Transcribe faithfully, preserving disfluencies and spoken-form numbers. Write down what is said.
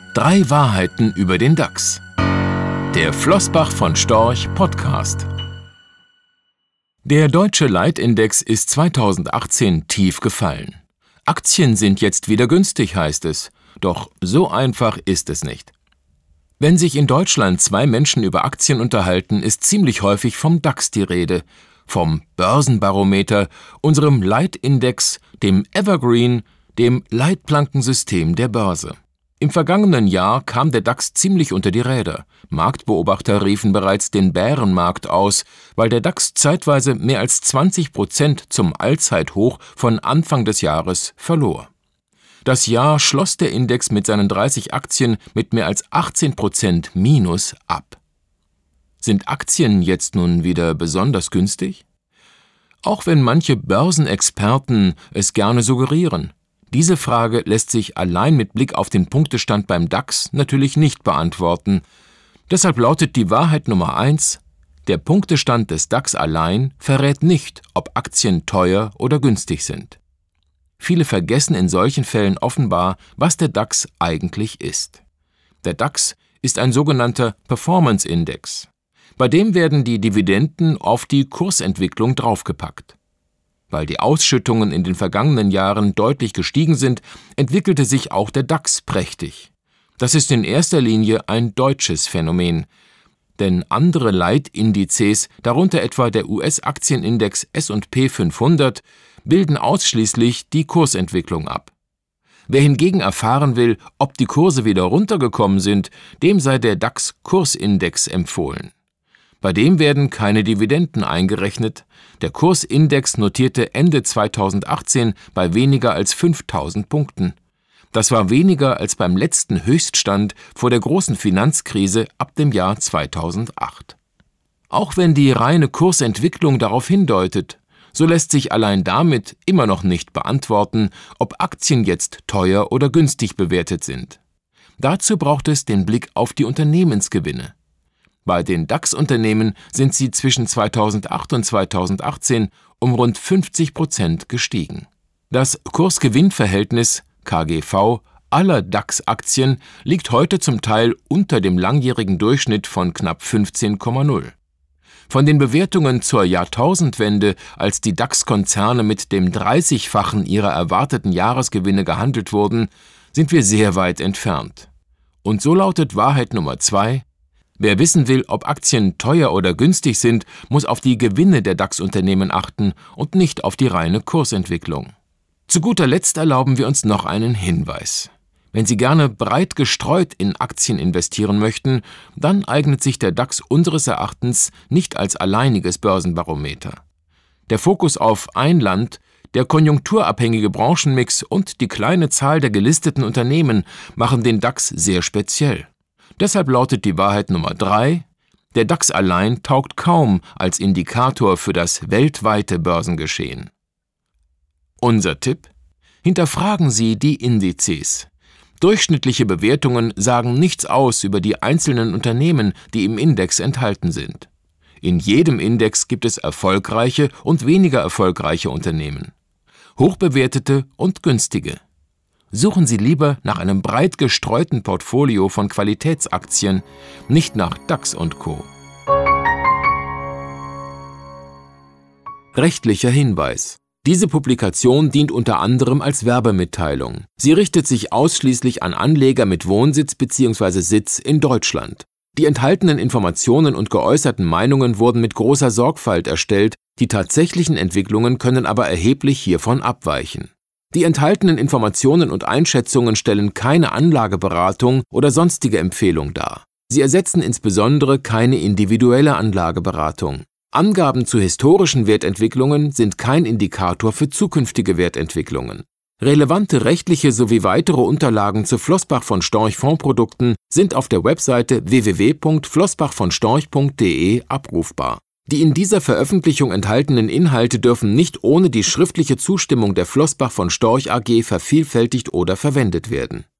Drei Wahrheiten über den DAX. Der Flossbach von Storch Podcast. Der deutsche Leitindex ist zweitausendachtzehn tief gefallen. Aktien sind jetzt wieder günstig, heißt es. Doch so einfach ist es nicht. Wenn sich in Deutschland zwei Menschen über Aktien unterhalten, ist ziemlich häufig vom DAX die Rede, vom Börsenbarometer, unserem Leitindex, dem Evergreen, dem Leitplankensystem der Börse. Im vergangenen Jahr kam der DAX ziemlich unter die Räder. Marktbeobachter riefen bereits den Bärenmarkt aus, weil der DAX zeitweise mehr als zwanzig Prozent zum Allzeithoch von Anfang des Jahres verlor. Das Jahr schloss der Index mit seinen dreißig Aktien mit mehr als achtzehn Prozent Minus ab. Sind Aktien jetzt nun wieder besonders günstig? Auch wenn manche Börsenexperten es gerne suggerieren. Diese Frage lässt sich allein mit Blick auf den Punktestand beim DAX natürlich nicht beantworten. Deshalb lautet die Wahrheit Nummer eins: Der Punktestand des DAX allein verrät nicht, ob Aktien teuer oder günstig sind. Viele vergessen in solchen Fällen offenbar, was der DAX eigentlich ist. Der DAX ist ein sogenannter Performance-Index. Bei dem werden die Dividenden auf die Kursentwicklung draufgepackt. Weil die Ausschüttungen in den vergangenen Jahren deutlich gestiegen sind, entwickelte sich auch der DAX prächtig. Das ist in erster Linie ein deutsches Phänomen. Denn andere Leitindizes, darunter etwa der U S-Aktienindex S und P fünfhundert, bilden ausschließlich die Kursentwicklung ab. Wer hingegen erfahren will, ob die Kurse wieder runtergekommen sind, dem sei der DAX-Kursindex empfohlen. Bei dem werden keine Dividenden eingerechnet. Der Kursindex notierte Ende zweitausendachtzehn bei weniger als fünftausend Punkten. Das war weniger als beim letzten Höchststand vor der großen Finanzkrise ab dem Jahr zweitausendacht. Auch wenn die reine Kursentwicklung darauf hindeutet, so lässt sich allein damit immer noch nicht beantworten, ob Aktien jetzt teuer oder günstig bewertet sind. Dazu braucht es den Blick auf die Unternehmensgewinne. Bei den DAX-Unternehmen sind sie zwischen zweitausendacht und zweitausendachtzehn um rund fünfzig Prozent gestiegen. Das Kurs-Gewinn-Verhältnis K G V aller DAX-Aktien liegt heute zum Teil unter dem langjährigen Durchschnitt von knapp fünfzehn Komma null. Von den Bewertungen zur Jahrtausendwende, als die DAX-Konzerne mit dem dreißigfachen ihrer erwarteten Jahresgewinne gehandelt wurden, sind wir sehr weit entfernt. Und so lautet Wahrheit Nummer zwei: Wer wissen will, ob Aktien teuer oder günstig sind, muss auf die Gewinne der DAX-Unternehmen achten und nicht auf die reine Kursentwicklung. Zu guter Letzt erlauben wir uns noch einen Hinweis. Wenn Sie gerne breit gestreut in Aktien investieren möchten, dann eignet sich der DAX unseres Erachtens nicht als alleiniges Börsenbarometer. Der Fokus auf ein Land, der konjunkturabhängige Branchenmix und die kleine Zahl der gelisteten Unternehmen machen den DAX sehr speziell. Deshalb lautet die Wahrheit Nummer drei: Der DAX allein taugt kaum als Indikator für das weltweite Börsengeschehen. Unser Tipp: Hinterfragen Sie die Indizes. Durchschnittliche Bewertungen sagen nichts aus über die einzelnen Unternehmen, die im Index enthalten sind. In jedem Index gibt es erfolgreiche und weniger erfolgreiche Unternehmen, hochbewertete und günstige. Suchen Sie lieber nach einem breit gestreuten Portfolio von Qualitätsaktien, nicht nach DAX und Co. Rechtlicher Hinweis: Diese Publikation dient unter anderem als Werbemitteilung. Sie richtet sich ausschließlich an Anleger mit Wohnsitz bzw. Sitz in Deutschland. Die enthaltenen Informationen und geäußerten Meinungen wurden mit großer Sorgfalt erstellt, die tatsächlichen Entwicklungen können aber erheblich hiervon abweichen. Die enthaltenen Informationen und Einschätzungen stellen keine Anlageberatung oder sonstige Empfehlung dar. Sie ersetzen insbesondere keine individuelle Anlageberatung. Angaben zu historischen Wertentwicklungen sind kein Indikator für zukünftige Wertentwicklungen. Relevante rechtliche sowie weitere Unterlagen zu Flossbach von Storch Fondsprodukten sind auf der Webseite w w w punkt flossbach von storch punkt de abrufbar. Die in dieser Veröffentlichung enthaltenen Inhalte dürfen nicht ohne die schriftliche Zustimmung der Flossbach von Storch A G vervielfältigt oder verwendet werden.